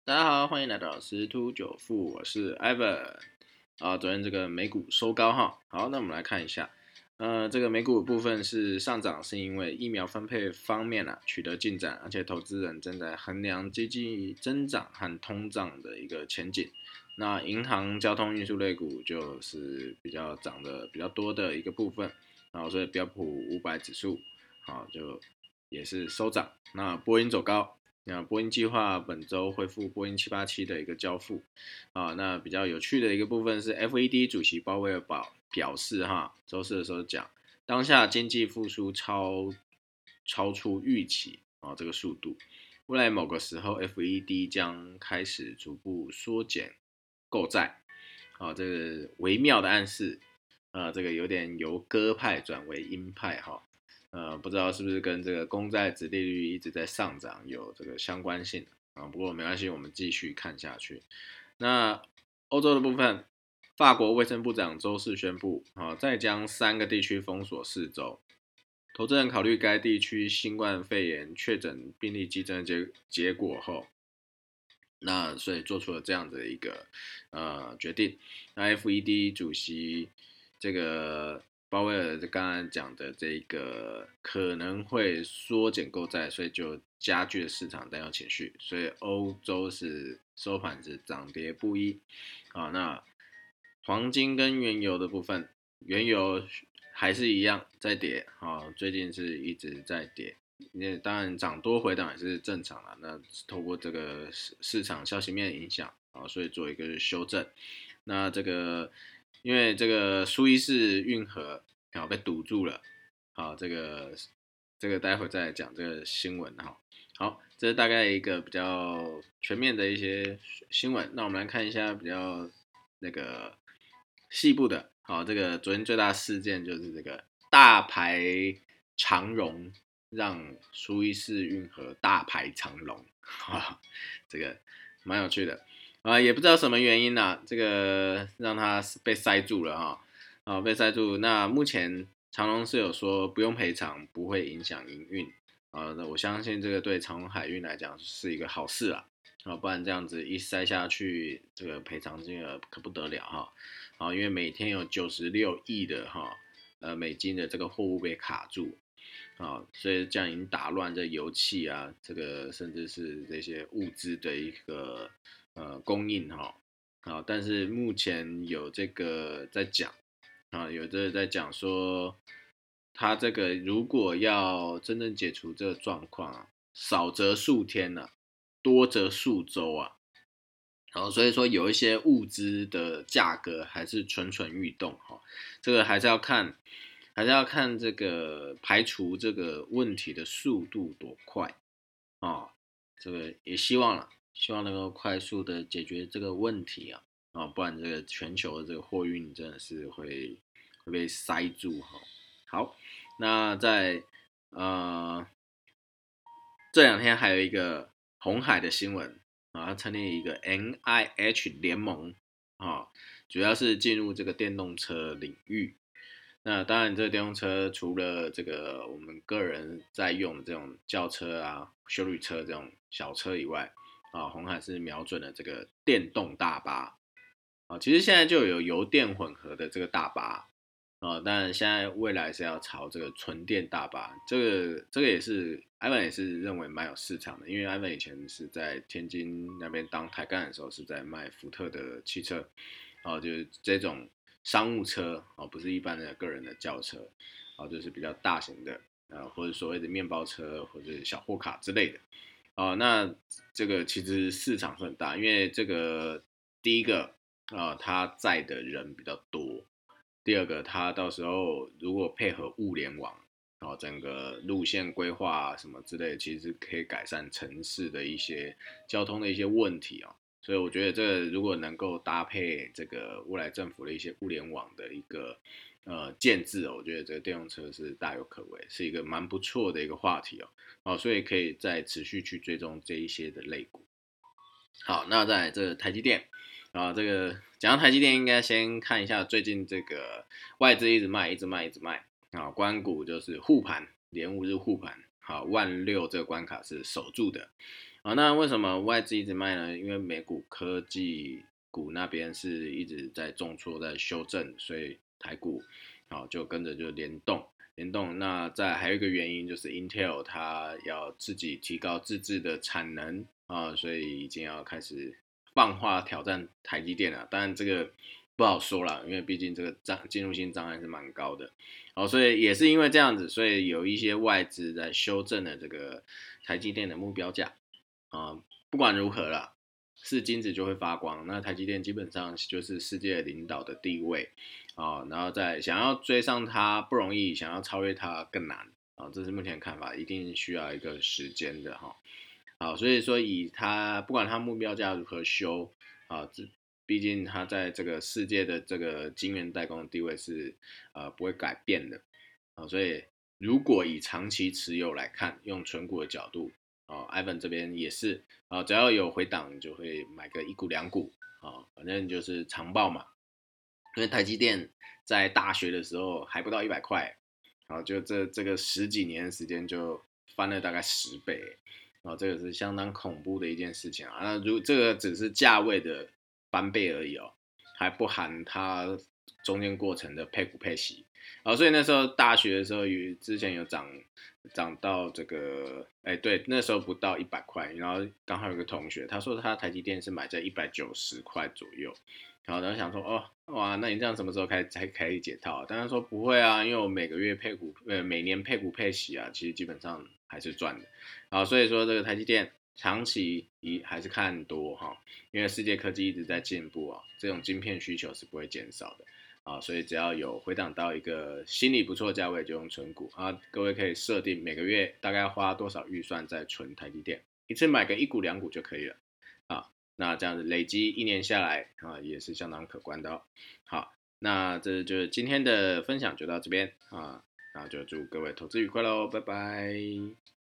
大家好，欢迎来到十突九富，我是 Ivan。昨天这个美股收高哈，好，那我们来看一下，这个美股的部分是上涨，是因为疫苗分配方面取得进展，而且投资人正在衡量经济增长和通胀的一个前景。那银行、交通运输类股就是比较涨得比较多的一个部分，然后所以标普500指数好就也是收涨。那波音走高。那波音计划本周恢复波音787的一个交付那比较有趣的一个部分是 FED 主席鲍威尔表示周四的时候讲，当下经济复苏超出预期这个速度，未来某个时候 FED 将开始逐步缩减购债这个微妙的暗示这个有点由鸽派转为鹰派不知道是不是跟这个公债殖利率一直在上涨有这个相关性不过没关系，我们继续看下去。那欧洲的部分，法国卫生部长周四宣布再将3个地区封锁4周。投资人考虑该地区新冠肺炎确诊病例激增的结果后，那所以做出了这样的一个决定。那 FED 主席这个鲍威尔刚刚讲的这个可能会缩减购债，所以就加剧了市场担忧情绪，所以欧洲是收盘是涨跌不一那黄金跟原油的部分，原油还是一样在跌最近是一直在跌。当然涨多回档也是正常啦，那透过这个市场消息面影响所以做一个修正。那这个因为这个苏伊士运河被堵住了这个待会再来讲这个新闻好，这是大概一个比较全面的一些新闻。那我们来看一下比较那个细部的这个昨天最大事件就是这个大排长龙，让苏伊士运河大排长龙这个蛮有趣的也不知道什么原因这个让它被塞住了被塞住。那目前长荣是有说不用赔偿，不会影响营运那我相信这个对长荣海运来讲是一个好事不然这样子一塞下去，这个赔偿金额可不得了因为每天有96亿的美金的这个货物被卡住所以这样已经打乱这油气这个甚至是这些物资的一个供应但是目前有这个在讲有的在讲说，他这个如果要真正解除这个状况少则数天多则数周所以说有一些物资的价格还是蠢蠢欲动这个还是要看这个排除这个问题的速度多快这个也希望能够快速的解决这个问题不然这个全球的这个货运真的是会被塞住好，那在这2天还有一个红海的新闻它成立一个 NIH 联盟主要是进入这个电动车领域。那当然，这个电动车除了这个我们个人在用的这种轿车休旅车这种小车以外红海是瞄准了这个电动大巴其实现在就有油电混合的这个大巴当然现在未来是要朝这个纯电大巴，这个也是 Ivan 也是认为蛮有市场的，因为 Ivan 以前是在天津那边当台干的时候是在卖福特的汽车就是这种商务车不是一般的个人的轿车就是比较大型的或者所谓的面包车或者小货卡之类的那这个其实市场是很大，因为这个第一个它载的人比较多，第二个它到时候如果配合物联网整个路线规划什么之类的，其实可以改善城市的一些交通的一些问题所以我觉得这个如果能够搭配这个未来政府的一些物联网的一个建制我觉得这个电动车是大有可为，是一个蛮不错的一个话题所以可以再持续去追踪这一些的类股。好，那在这个台积电这个讲到台积电，应该先看一下最近这个外资一直卖官股就是护盘，连5日护盘16000这个关卡是守住的那为什么外资一直卖呢？因为美股科技股那边是一直在重挫，在修正，所以台股就跟着就联动。那还有一个原因就是 Intel 它要自己提高自制的产能所以已经要开始放话挑战台积电了。当然这个不好说了，因为毕竟这个进入性障碍是蛮高的。所以也是因为这样子，所以有一些外资在修正了这个台积电的目标价。不管如何啦，是金子就会发光。那台积电基本上就是世界领导的地位然后再想要追上它不容易，想要超越它更难这是目前的看法，一定需要一个时间的所以说以它不管它目标价如何修毕竟它在这个世界的这个晶圆代工的地位是不会改变的所以如果以长期持有来看，用纯股的角度Ivan 这边也是只要有回档就会买个一股两股反正就是长报嘛。因为台积电在大学的时候还不到100块，就这个十几年的时间就翻了大概10倍，这个是相当恐怖的一件事情那这个只是价位的翻倍而已还不含它中间过程的配股配息所以那时候大学的时候之前有涨到这个对，那时候不到100块，然后刚好有个同学他说他台积电是买在190块左右，然后想说哇，那你这样什么时候才开始解套但他说不会因为我每个月每年配股配息其实基本上还是赚的所以说这个台积电长期还是看多因为世界科技一直在进步这种晶片需求是不会减少的所以只要有回档到一个心理不错的价位，就用存股各位可以设定每个月大概花多少预算在存台积电，一次买个一股两股就可以了那这样子累积1年下来也是相当可观的好，那这就是今天的分享就到这边然后就祝各位投资愉快喽，拜拜。